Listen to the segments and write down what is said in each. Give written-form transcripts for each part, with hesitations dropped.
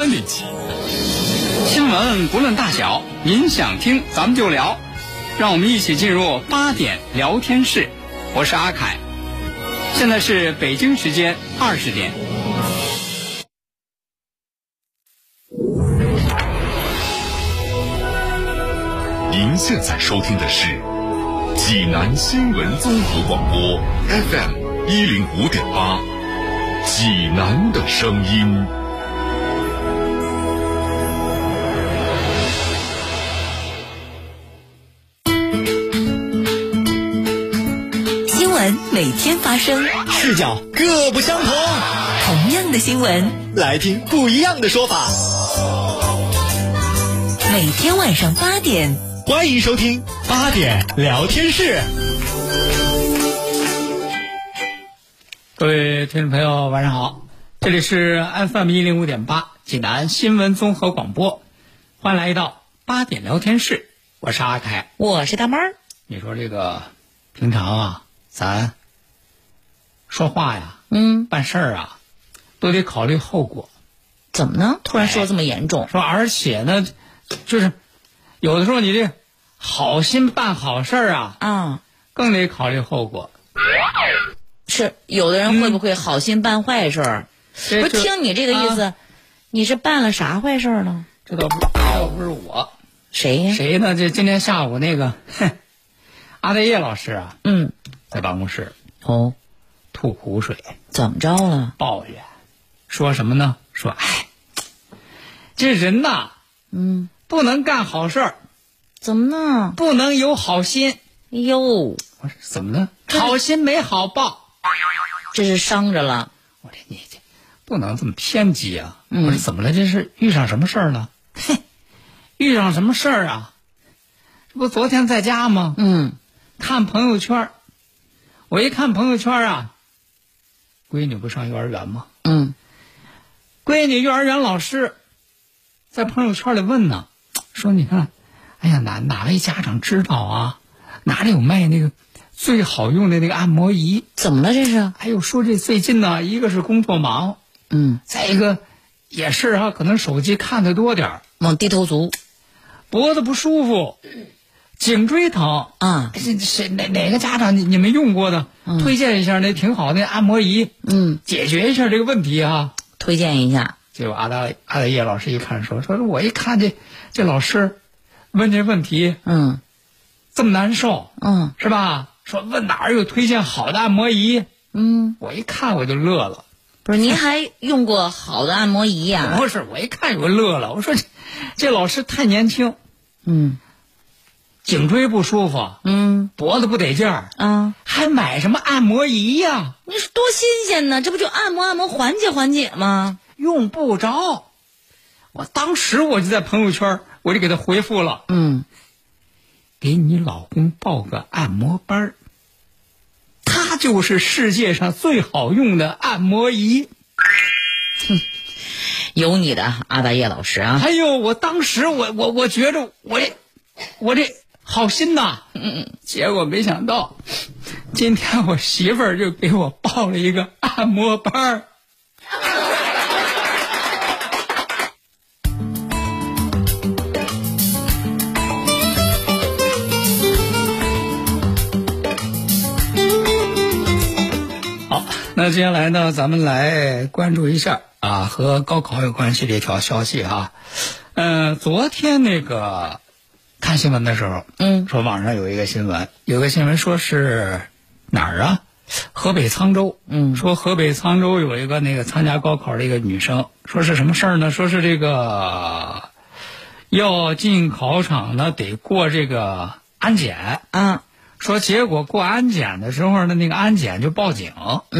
的运气。新闻不论大小，您想听咱们就聊，让我们一起进入8点聊天室。我是阿凯，现在是北京时间20点。 您现在收听的是济南新闻综合广播 FM 105.8，济南的声音。 新闻每天发生， 视角各不相同， 同样的新闻， 来听不一样的说法。 每天晚上8点， 欢迎收听8点聊天室。 各位听众朋友晚上好，这里是 FM 105.8济南新闻综合广播，欢迎来到8点聊天室，我是阿凯， 我是大妹儿。 你说这个平常啊，咱说话呀，办事儿啊，都得考虑后果。 怎么呢？突然说这么严重？ 说而且呢，就是有的时候你这好心办好事儿啊，更得考虑后果。 是有的人会不会好心办坏事儿？不是听你这个意思，你是办了啥坏事儿呢？ 这倒不是我， 谁呀？ 谁呢？这今天下午那个阿德叶老师啊，在办公室吐苦水。 怎么着了？ 抱怨，说什么呢？说这人呐，不能干好事儿。 怎么呢？ 不能有好心。 哎呦， 我说怎么呢？好心没好报。 这是伤着了。 我说你这不能这么偏激啊！我说怎么了？这是遇上什么事儿了？遇上什么事儿啊？这不昨天在家吗？看朋友圈，我一看朋友圈啊，闺女不上幼儿园吗？闺女幼儿园老师在朋友圈里问呢，说你看，哎呀哪位家长知道啊？哪里有卖那个最好用的那个按摩仪？ 怎么了这是？ 还有说这最近呢，一个是工作忙，再一个也是啊，可能手机看得多点儿， 往低头族， 脖子不舒服，颈椎疼啊。谁哪个家长你们用过的？推荐一下那挺好那按摩仪，解决一下这个问题啊。 推荐一下。 结果阿德叶老师一看说我一看这老师问这问题，这么难受，是吧？说问哪儿有推荐好的按摩仪？我一看我就乐了。 不是，您还用过好的按摩仪呀？ 不是，我一看我就乐了。我说这老师太年轻，颈椎不舒服，脖子不得劲儿，还买什么按摩仪呀？ 你说多新鲜呢，这不就按摩缓解缓解吗？ 用不着。我当时我就在朋友圈我就给他回复了，给你老公报个按摩班，他就是世界上最好用的按摩仪。 有你的阿大叶老师啊！ 还有我当时我觉着我这好心呐，结果没想到今天我媳妇儿就给我报了一个按摩班。那接下来呢，咱们来关注一下和高考有关系的一条消息哈。昨天那个看新闻的时候，说网上有一个新闻说是哪儿啊？河北沧州，说河北沧州有一个那个参加高考的一个女生，说是什么事儿呢？说是这个要进考场呢，得过这个安检说结果过安检的时候呢，那个安检就报警。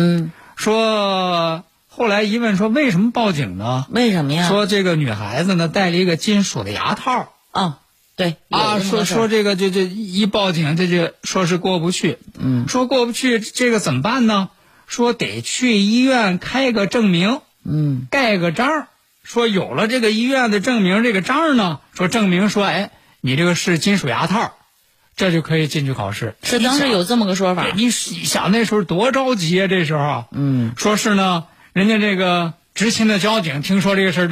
说后来一问说为什么报警呢？ 为什么呀？ 说这个女孩子呢戴了一个金属的牙套。 对说这个这一报警这就说是过不去。说过不去这个怎么办呢？说得去医院开个证明，盖个章。说有了这个医院的证明这个章呢，说证明说你这个是金属牙套。这就可以进去考试。 是当时有这么个说法。 你想那时候多着急啊！这时候，说是呢，人家这个执勤的交警听说这个事儿之后，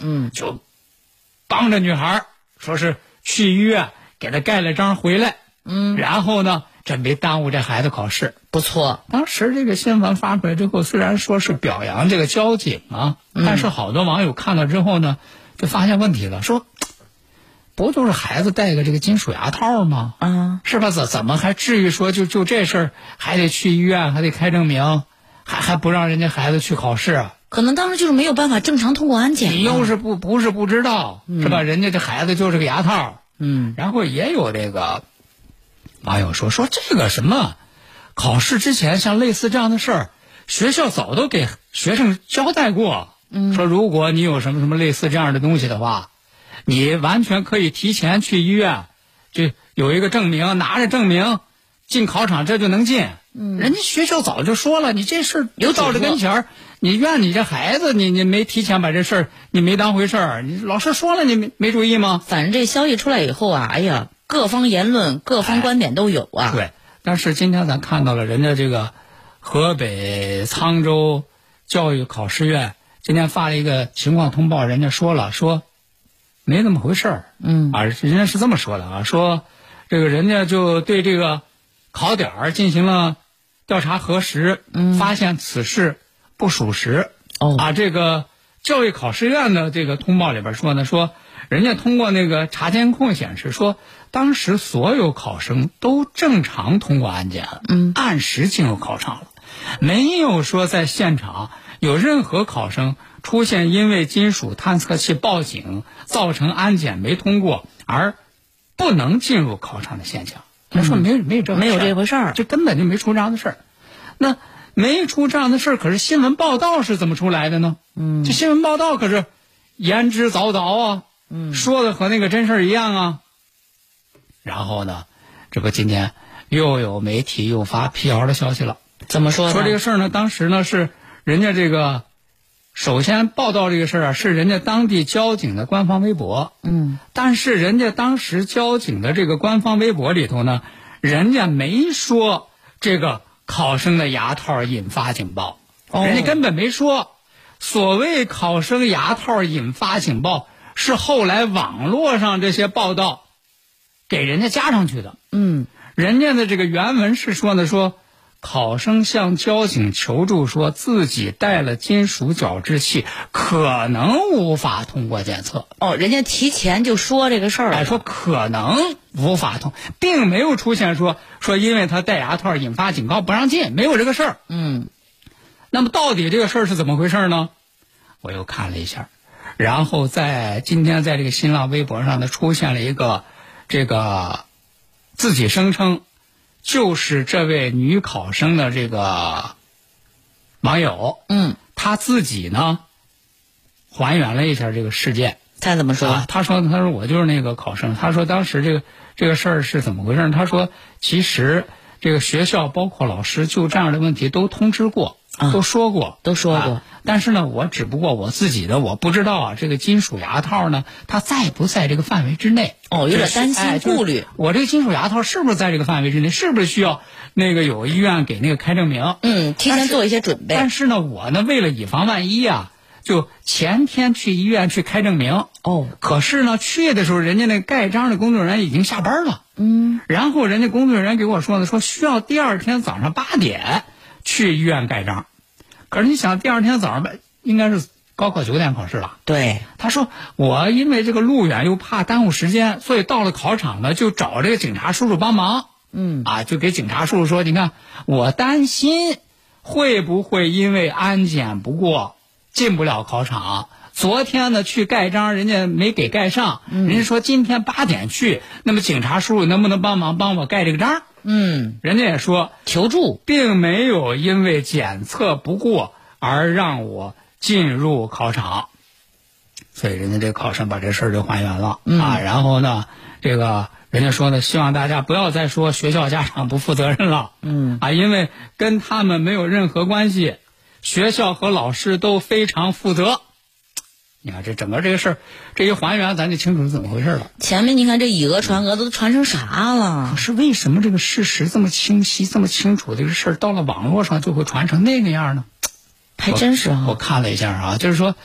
就帮着女孩说是去医院给她盖了章回来，然后呢准备耽误这孩子考试。 不错。 当时这个新闻发出来之后，虽然说是表扬这个交警啊，但是好多网友看到之后呢，就发现问题了，说不就是孩子戴个这个金属牙套吗？是吧？怎么还至于说就这事儿还得去医院，还得开证明，还不让人家孩子去考试啊？ 可能当时就是没有办法正常通过安检。 你又是不是不知道，是吧？人家这孩子就是个牙套。然后也有这个网友说这个什么考试之前像类似这样的事儿，学校早都给学生交代过。说如果你有什么类似这样的东西的话，你完全可以提前去医院，就有一个证明，拿着证明进考场，这就能进。人家学校早就说了，你这事儿到这跟前儿，你怨你这孩子，你没提前把这事儿你没当回事儿，你老师说了你没注意吗？ 反正这消息出来以后啊，哎呀，各方言论各方观点都有啊。 对，但是今天咱看到了人家这个河北沧州教育考试院今天发了一个情况通报，人家说了，说没那么回事儿。人家是这么说的啊，说这个人家就对这个考点进行了调查核实，发现此事不属实。这个教育考试院的这个通报里边说呢，说人家通过那个查监控显示，说当时所有考生都正常通过安检，按时进入考场了，没有说在现场有任何考生出现因为金属探测器报警造成安检没通过而不能进入考场的现象。他说没有这回事儿，这根本就没出这样的事儿。那没出这样的事儿，可是新闻报道是怎么出来的呢？这新闻报道可是言之凿凿啊，说的和那个真事儿一样啊。然后呢，这不今天又有媒体又发辟谣的消息了。 怎么说呢？ 说这个事儿呢，当时呢是人家这个首先报道这个事儿啊，是人家当地交警的官方微博。但是人家当时交警的这个官方微博里头呢，人家没说这个考生的牙套引发警报，人家根本没说。所谓考生牙套引发警报，是后来网络上这些报道给人家加上去的。人家的这个原文是说呢，说考生向交警求助，说自己带了金属矫治器，可能无法通过检测。 人家提前就说这个事儿了， 说可能无法通，并没有出现说因为他戴牙套引发警告不让进，没有这个事儿。那么到底这个事儿是怎么回事呢？我又看了一下，然后今天在这个新浪微博上呢出现了一个这个自己声称就是这位女考生的这个网友，他自己呢还原了一下这个事件。 他怎么说？ 他说我就是那个考生。他说当时这个事儿是怎么回事？他说其实这个学校包括老师就这样的问题都通知过，都说过。但是呢，只不过我自己的我不知道啊，这个金属牙套呢，它在不在这个范围之内？ 有点担心顾虑。 我这个金属牙套是不是在这个范围之内？是不是需要有医院给开证明？ 提前做一些准备。 但是呢，我呢为了以防万一啊，就前天去医院去开证明。可是呢，去的时候人家那盖章的工作人员已经下班了。然后人家工作人员给我说呢，说需要第二天早上8点去医院盖章。可是你想，第二天早上应该是高考9点考试了。 对， 他说我因为这个路远又怕耽误时间，所以到了考场呢就找这个警察叔叔帮忙。就给警察叔叔说，你看我担心会不会因为安检不过进不了考场。昨天呢去盖章，人家没给盖上，人家说今天8点去，那么警察叔叔能不能帮忙帮我盖这个章？人家也说求助， 并没有因为检测不过而让我进入考场。所以人家这考生把这事儿就还原了。然后呢这个人家说呢，希望大家不要再说学校家长不负责任了。因为跟他们没有任何关系，学校和老师都非常负责。你看这整个这个事儿，这一还原咱就清楚是怎么回事了。 前面你看这以讹传讹都传成啥了？ 可是为什么这个事实这么清晰这么清楚，这个事儿到了网络上就会传成那个样呢？ 还真是啊。 我看了一下啊，就是说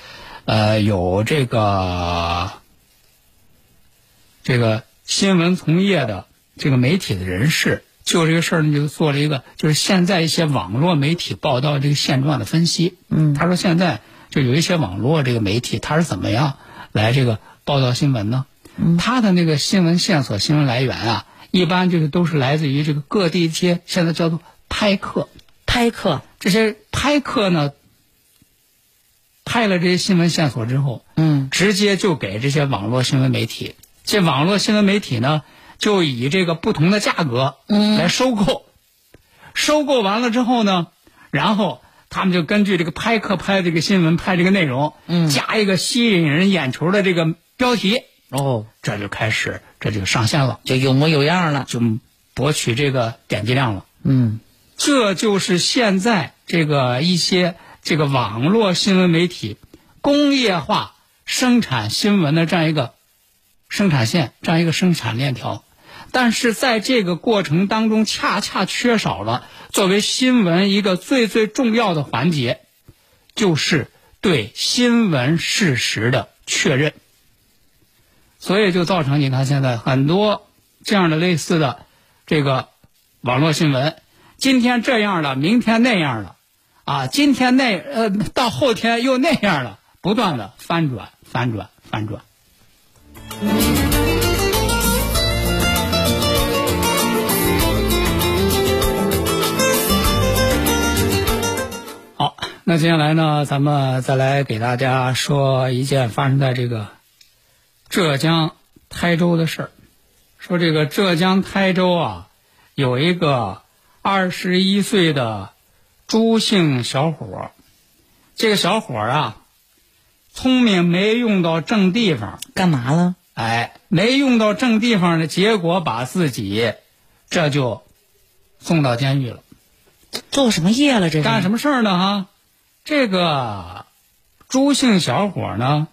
有这个新闻从业的这个媒体的人士，就这个事儿呢，就做了一个就是现在一些网络媒体报道这个现状的分析。他说现在就有一些网络这个媒体，他是怎么样来这个报道新闻呢？他的那个新闻线索、新闻来源啊，一般就是都是来自于这个各地一些现在叫做拍客。这些拍客呢，拍了这些新闻线索之后，直接就给这些网络新闻媒体。这网络新闻媒体呢，就以这个不同的价格来收购。收购完了之后呢，然后他们就根据这个拍客拍这个新闻、拍这个内容，加一个吸引人眼球的这个标题。这就开始，这就上线了， 就有模有样了， 就博取这个点击量了。这就是现在这个一些这个网络新闻媒体工业化生产新闻的这样一个生产线，这样一个生产链条。但是在这个过程当中，恰恰缺少了作为新闻一个最最重要的环节，就是对新闻事实的确认。所以就造成你看现在很多这样的类似的这个网络新闻，今天这样了，明天那样了，今天到后天又那样了，不断的翻转。好，那接下来呢，咱们再来给大家说一件发生在这个浙江台州的事儿。说这个浙江台州啊，有一个21岁的朱姓小伙，这个小伙啊，聪明没用到正地方。 干嘛了？ 没用到正地方的结果，把自己这就送到监狱了。 做什么业了？这是干什么事儿呢？这个朱姓小伙呢，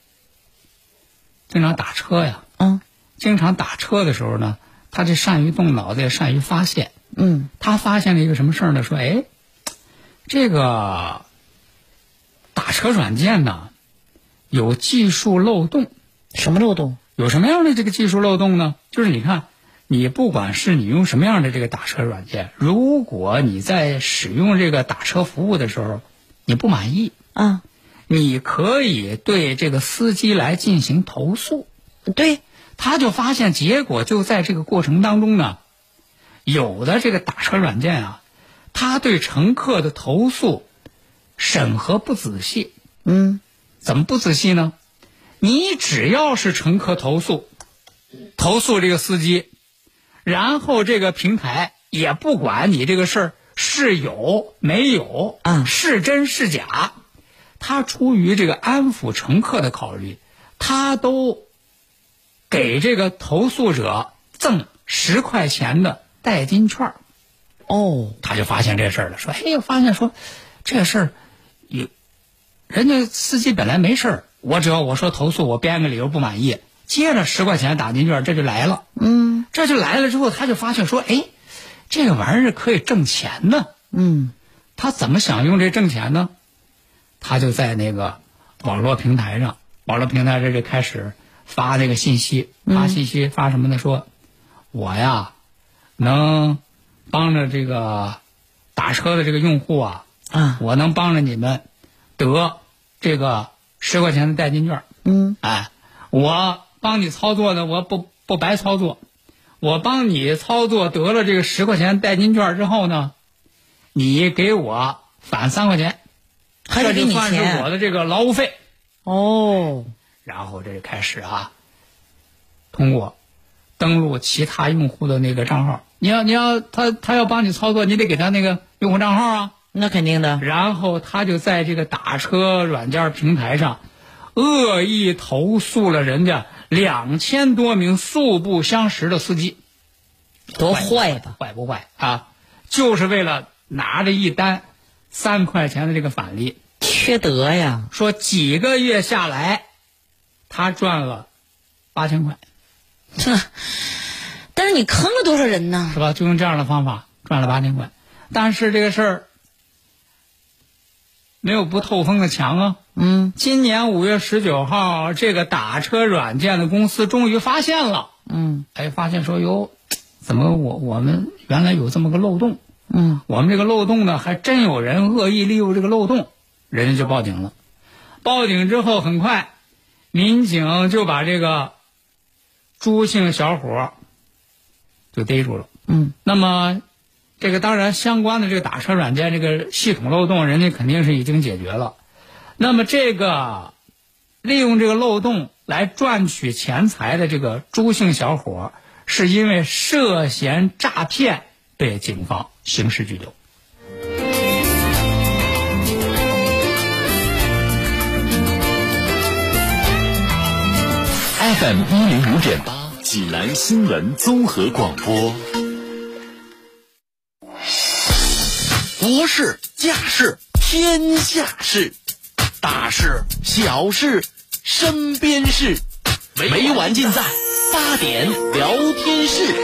经常打车呀。经常打车的时候呢，他这善于动脑子，也善于发现。他发现了一个什么事儿呢？说，这个打车软件呢有技术漏洞。 什么漏洞？ 有什么样的这个技术漏洞呢？就是你看，你不管是你用什么样的这个打车软件，如果你在使用这个打车服务的时候你不满意你可以对这个司机来进行投诉。 对， 他就发现结果就在这个过程当中呢，有的这个打车软件啊，他对乘客的投诉审核不仔细。怎么不仔细呢？你只要是乘客投诉这个司机，然后这个平台也不管你这个事儿是有没有是真是假，他出于这个安抚乘客的考虑，他都给这个投诉者赠10块钱的代金券。他就发现这事儿了，说发现说这事儿人家司机本来没事儿，我只要我说投诉，我编个理由不满意，接着10块钱打金券，这就来了。这就来了之后，他就发现说，这个玩意儿可以挣钱呢。他怎么想用这挣钱呢？他就在那个网络平台上就开始发那个信息，发什么呢？说我呀能帮着这个打车的这个用户我能帮着你们得这个10块钱的代金券。我帮你操作呢，我不白操作，我帮你操作得了这个10块钱代金券之后呢，你给我返3块钱， 还得给你钱， 这就算是我的这个劳务费。然后这就开始通过登录其他用户的那个账号，你要他要帮你操作，你得给他那个用户账号那肯定的。 然后他就在这个打车软件平台上恶意投诉了人家2000多名素不相识的司机。 多坏吧？ 坏不坏就是为了拿着一单3块钱的这个返利。 缺德呀！ 说几个月下来他赚了8000块。 但是你坑了多少人呢？ 是吧？就用这样的方法赚了8000块。但是这个事儿没有不透风的墙今年5月19号，这个打车软件的公司终于发现了。发现说哟，怎么我们原来有这么个漏洞？我们这个漏洞呢，还真有人恶意利用这个漏洞，人家就报警了。报警之后，很快民警就把这个朱姓小伙就逮住了。那么这个当然相关的这个打车软件这个系统漏洞，人家肯定是已经解决了。那么这个利用这个漏洞来赚取钱财的这个朱姓小伙，是因为涉嫌诈骗被警方刑事拘留。 FM 105.8，济南新闻综合广播。 国事、家事、天下事，大事、小事、身边事，每晚尽在8点聊天室。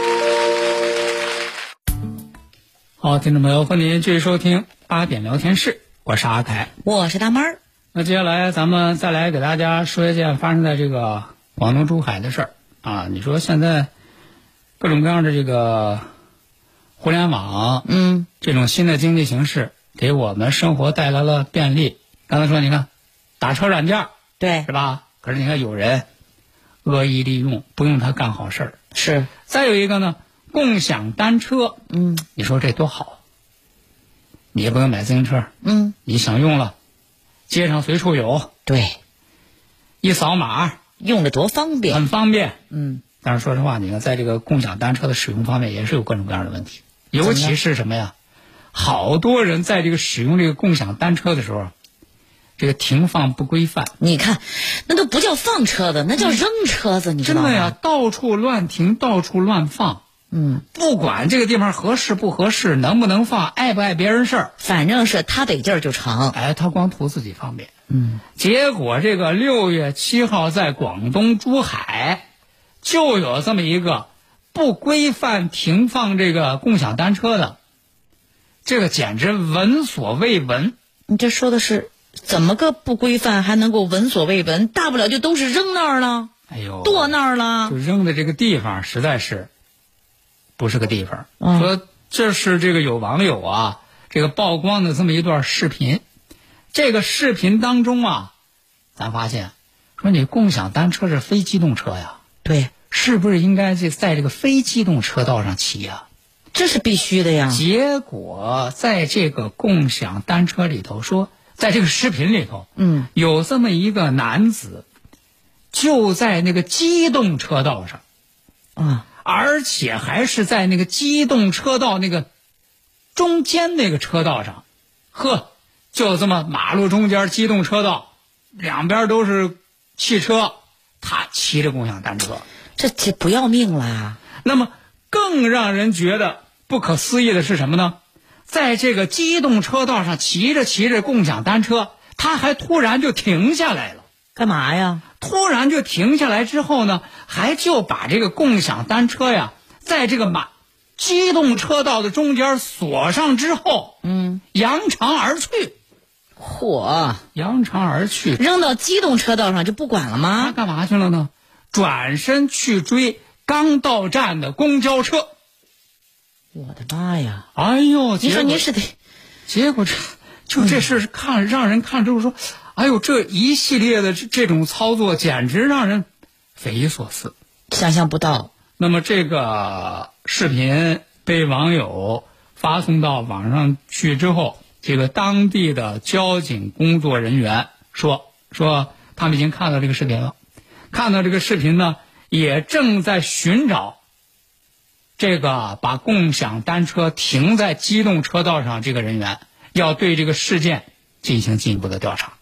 好，听众朋友，欢迎您继续收听8点聊天室，我是阿凯， 我是大妹儿。 那接下来咱们再来给大家说一件发生在这个广东珠海的事儿啊。你说现在各种各样的这个互联网，这种新的经济形势给我们生活带来了便利。刚才说你看打车软件， 对， 是吧？可是你看有人恶意利用，不用它干好事儿。 是。 再有一个呢，共享单车，你说这多好，你也不用买自行车，你想用了，街上随处有， 对， 一扫码， 用的多方便， 很方便。但是说实话，你看在这个共享单车的使用方面也是有各种各样的问题，尤其是什么呀？好多人在这个使用这个共享单车的时候，这个停放不规范。 你看，那都不叫放车子，那叫扔车子，你知道吗？ 真的呀，到处乱停，到处乱放。不管这个地方合适不合适，能不能放，碍不碍别人事儿， 反正是他得劲儿就成。 他光图自己方便。结果这个6月7号在广东珠海就有这么一个不规范停放这个共享单车的，这个简直闻所未闻。 你这说的是怎么个不规范还能够闻所未闻？大不了就都是扔那儿了，剁那儿了， 就扔的这个地方实在是不是个地方。说这是这个有网友啊，这个曝光的这么一段视频。这个视频当中啊，咱发现说你共享单车是非机动车呀， 对， 是不是应该在这个非机动车道上骑呀？ 这是必须的呀。 结果在这个共享单车里头说，在这个视频里头，有这么一个男子就在那个机动车道上而且还是在那个机动车道那个中间那个车道上，就这么马路中间机动车道，两边都是汽车，他骑着共享单车， 这不要命啦。 那么更让人觉得不可思议的是什么呢？在这个机动车道上骑着共享单车，他还突然就停下来了。 干嘛呀？ 突然就停下来之后呢，还就把这个共享单车呀，在这个机动车道的中间锁上之后，扬长而去。扬长而去， 扔到机动车道上就不管了吗？ 他干嘛去了呢？转身去追刚到站的公交车。 我的妈呀！ 哎呦， 你说你是得， 结果这事让人看之后说，哎呦，这一系列的这种操作简直让人匪夷所思， 想象不到。 那么这个视频被网友发送到网上去之后，这个当地的交警工作人员说他们已经看到这个视频了，看到这个视频呢，也正在寻找这个把共享单车停在机动车道上这个人员，要对这个事件进行进一步的调查。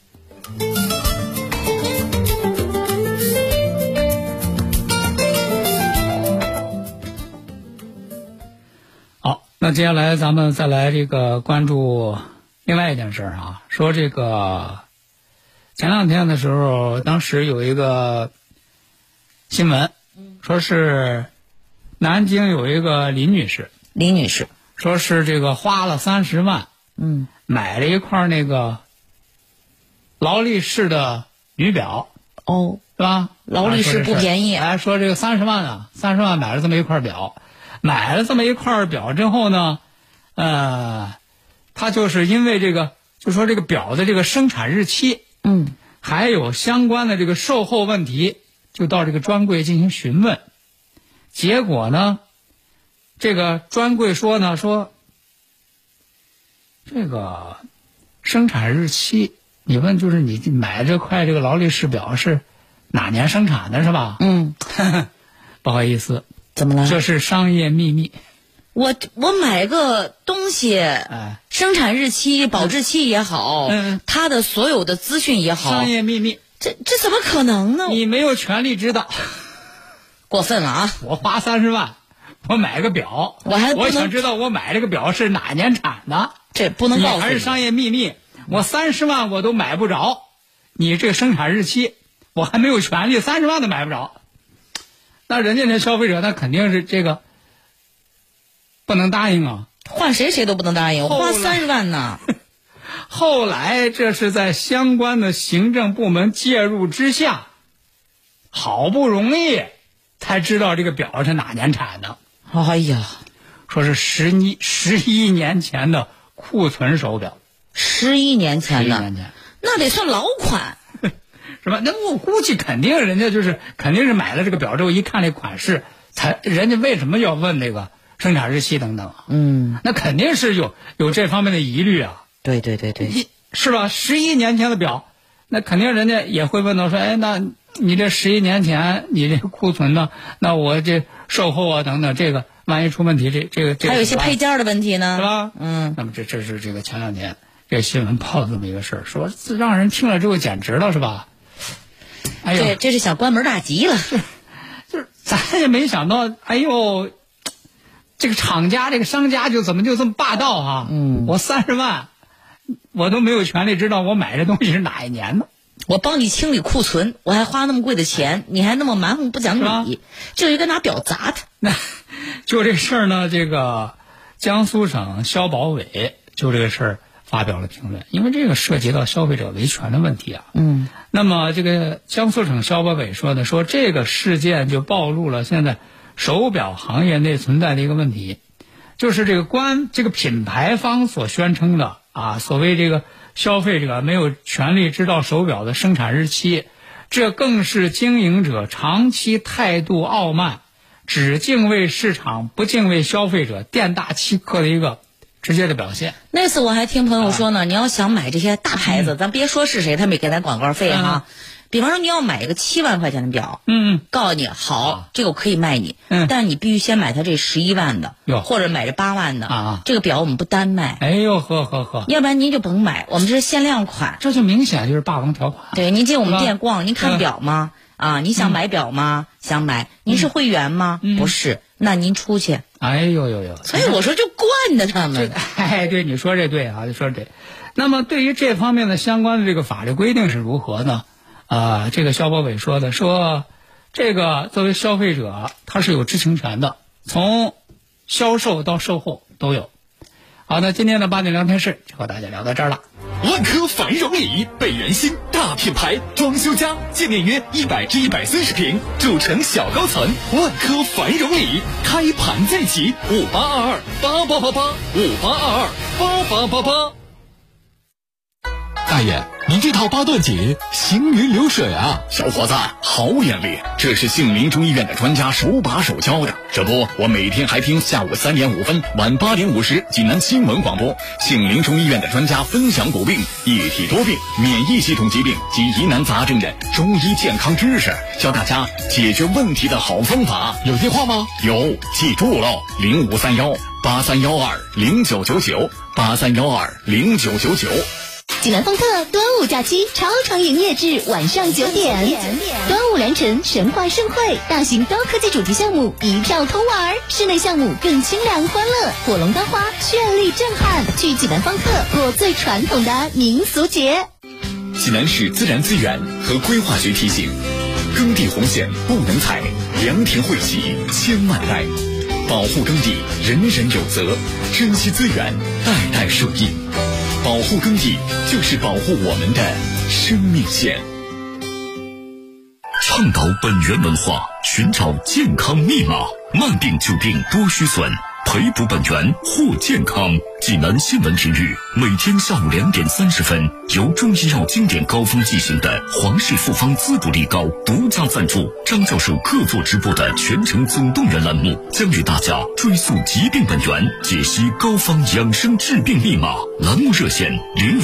好，那接下来咱们再来这个关注另外一件事啊，说这个前两天的时候，当时有一个新闻，说是南京有一个李女士，说是这个花了30万，买了一块那个劳力士的女表。 哦， 是吧？ 劳力士不便宜。 说这个30万啊，30万买了这么一块表，买了这么一块表之后呢，他就是因为这个，就说这个表的这个生产日期，还有相关的这个售后问题，就到这个专柜进行询问。结果呢，这个专柜说呢，说这个生产日期。你问就是你买这块这个劳力士表是哪年生产的是吧？不好意思， 怎么了？ 这是商业秘密。 我买个东西，生产日期、保质期也好，它的所有的资讯也好， 商业秘密， 这怎么可能呢？ 你没有权利知道， 过分了啊！ 我花30万，我买个表，我想知道我买这个表是哪年产的， 这不能告诉你， 还是商业秘密。我30万我都买不着，你这个生产日期我还没有权利，30万都买不着。那人家这消费者那肯定是这个不能答应啊， 换谁都不能答应，我花30万呢。 后来这是在相关的行政部门介入之下，好不容易才知道这个表是哪年产的。 哎呀， 说是11年前的库存手表。 11年前的，那得算老款， 是吧？那我估计肯定人家肯定是买了这个表之后，一看这款式，人家为什么要问那个生产日期等等？那肯定是有这方面的疑虑啊。 对， 是吧？11年前的表，那肯定人家也会问到说，哎，那你这11年前你这库存呢？那我这售后啊等等，这个万一出问题，这个还有一些配件的问题呢， 是吧？那么这是这个前2年。这新闻报这么一个事儿，说让人听了之后简直了，是吧？哎呦， 这是想关门大吉了。 就是咱也没想到，哎呦，这个厂家这个商家怎么就这么霸道啊？我30万，我都没有权利知道我买这东西是哪一年的。 我帮你清理库存，我还花那么贵的钱，你还那么蛮横不讲理，就一个拿表砸他。 那就这事儿呢，这个江苏省消保委就这个事儿发表了评论，因为这个涉及到消费者维权的问题啊。那么这个江苏省消保委说呢，说这个事件就暴露了现在手表行业内存在的一个问题，就是这个品牌方所宣称的所谓这个消费者没有权利知道手表的生产日期，这更是经营者长期态度傲慢，只敬畏市场不敬畏消费者，店大欺客的一个直接的表现。 那次我还听朋友说呢，你要想买这些大牌子，咱别说是谁，他没给咱广告费哈。比方说你要买一个7万块钱的表，告诉你好，这个我可以卖你，但你必须先买它这11万的，或者买这8万的这个表我们不单卖。 哎呦呵， 要不然您就甭买，我们这是限量款。 这就明显就是霸王条款。 对，您进我们店逛，您看表吗？你想买表吗？想买。您是会员吗？不是，那您出去。 哎呦， 所以我说就惯着他们。 对，你说这对啊，你说这对。那么对于这方面的相关的这个法律规定是如何呢？这个消保委说这个作为消费者他是有知情权的，从销售到售后都有。好，那今天的8点聊天室就和大家聊到这儿了。 万科繁荣里贝仁新大品牌装修家，建面约100至130平，主城小高层。万科繁荣里开盘在即，5822888858228888。大爷，您这套8段锦行云流水啊！ 小伙子，好眼力，这是杏林中医院的专家手把手教的。这不，我每天还听下午3点5分、晚8点50济南新闻广播，杏林中医院的专家分享骨病、一体多病、免疫系统疾病及疑难杂症的中医健康知识，教大家解决问题的好方法。 有电话吗？ 有，记住喽，0531831299，83120999。 济南丰特端午假期超长营业至晚上9点，端午良辰神话盛会，大型高科技主题项目一票通玩，室内项目更清凉欢乐，火龙观花绚丽震撼，去济南丰特过最传统的民俗节。 济南市自然资源和规划局提醒：耕地红线不能踩，良田惠及千万代。保护耕地，人人有责，珍惜资源，代代受益。保护耕地，就是保护我们的生命线。倡导本源文化，寻找健康密码，慢病久病多虚损，培补本源获健康。济南新闻频率每天下午2点30分，由中医药经典高峰剂型的皇氏复方滋补力高独家赞助，张教授客座直播的全程总动员栏目，将与大家追溯疾病本源，解析膏方养生治病密码。栏目热线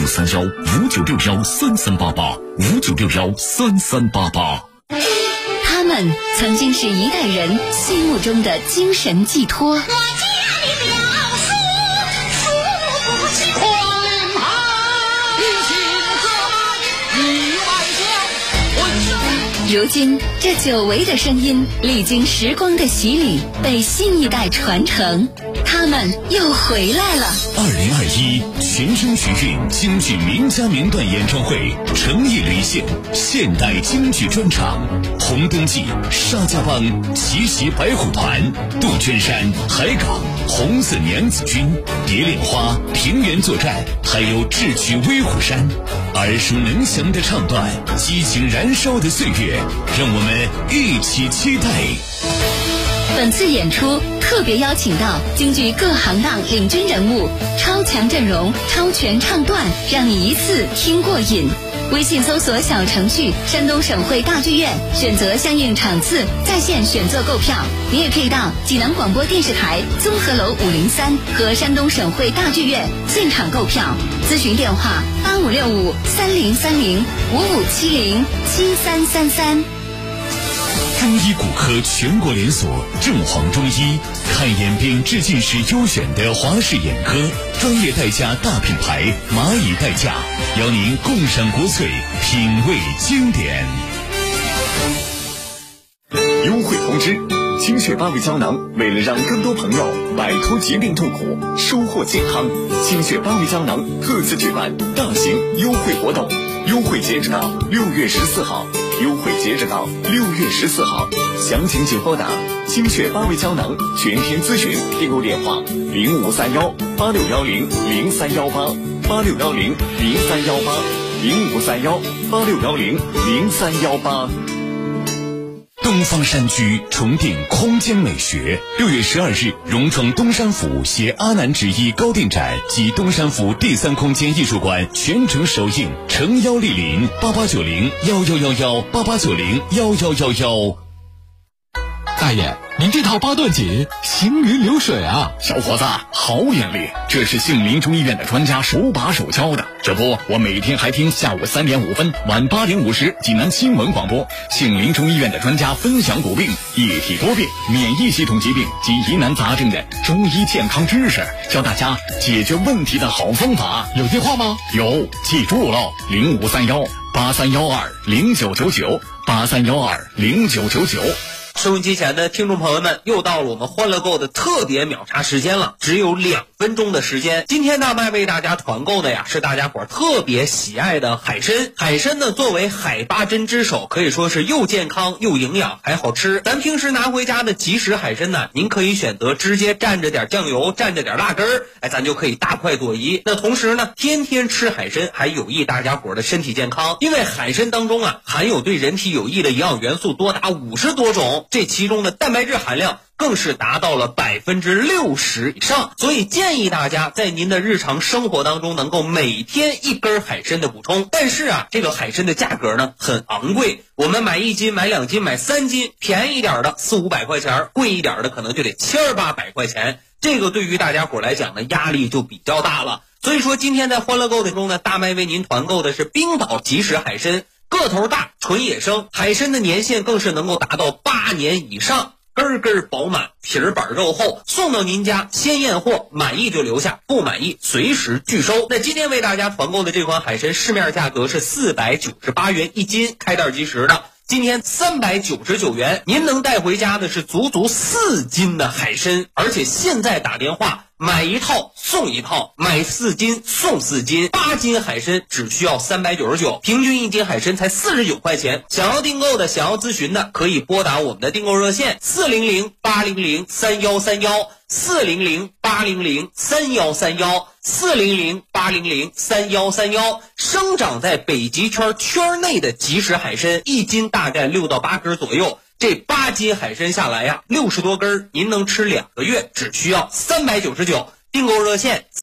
0531-5961-3388，5961-3388。 他们曾经是一代人心目中的精神寄托。我家里表叔不起狂豪，情歌与外交。如今，这久违的声音历经时光的洗礼，被新一代传承。他们又回来了。 2021全声学院京剧名家名段演唱会诚意连线现代京剧专场，红灯记、沙家浜、奇袭白虎团、杜鹃山、海港、红色娘子军、蝶恋花、平原作战，还有智取威虎山，耳熟能详的唱段，激情燃烧的岁月，让我们一起期待。 本次演出特别邀请到京剧各行当领军人物，超强阵容，超全唱段，让你一次听过瘾。微信搜索小程序山东省会大剧院，选择相应场次，在线选择购票。你也可以到济南广播电视台综合楼503和山东省会大剧院现场购票。咨询电话8565-3030-5570-7333。 中医骨科全国连锁正黄中医，看眼病治近视优选的华视眼科，专业代驾大品牌蚂蚁代驾，邀您共赏国粹，品味经典。 优惠通知：清血八味胶囊为了让更多朋友摆脱疾病痛苦，收获健康，清血八味胶囊特此举办大型优惠活动，优惠截止到6月14号。优惠截止到6月14号，详情请拨打清血八味胶囊全天咨询订购电话0531-8610-0318，8610-0318，0531-8610-0318。 东方山居重定空间美学，6月12日融创东山府携阿南制衣高定展及东山府第3空间艺术馆全程首映，诚邀莅临，8890-1111-8890-1111。 大爷，您这套八段锦行云流水啊！ 小伙子，好眼力，这是杏林中医院的专家手把手教的。这不，我每天还听下午3点5分、晚8点50济南新闻广播，杏林中医院的专家分享骨病、液体多病、免疫系统疾病及疑难杂症的中医健康知识，教大家解决问题的好方法。 有电话吗？ 有，记住了，0531-8312-0999，8312-0999。 收音机前的听众朋友们，又到了我们欢乐购的特别秒杀时间了，只有2分钟的时间。今天大麦为大家团购的呀，是大家伙特别喜爱的海参。海参呢，作为海八珍之首，可以说是又健康又营养还好吃。咱平时拿回家的即食海参呢，您可以选择直接蘸着点酱油，蘸着点辣根儿，咱就可以大快朵颐。那同时呢，天天吃海参还有益大家伙的身体健康，因为海参当中啊，含有对人体有益的营养元素多达50多种。这其中的蛋白质含量更是达到了60%以上，所以建议大家在您的日常生活当中能够每天1根海参的补充。但是啊，这个海参的价格呢很昂贵，我们买1斤、买2斤、买3斤，便宜一点的400-500块钱，贵一点的可能就得700-800块钱。这个对于大家伙来讲呢，压力就比较大了。所以说今天在欢乐购当中呢，大麦为您团购的是冰岛即食海参。个头大，纯野生，海参的年限更是能够达到8年以上，根根饱满，皮儿板肉厚，送到您家先验货，满意就留下，不满意随时拒收。那今天为大家团购的这款海参，市面价格是498元1斤，开袋即食的。今天399元，您能带回家的是足足4斤的海参，而且现在打电话买1套送1套，买4斤送4斤，8斤海参只需要399，平均1斤海参才49块钱。想要订购的，想要咨询的，可以拨打我们的订购热线400-800-3131，400-800-3131。 400-800-3131，生长在北极圈内的即食海参，1斤大概6到8根左右。这8斤海参下来呀，60多根，您能吃2个月，只需要399。订购热线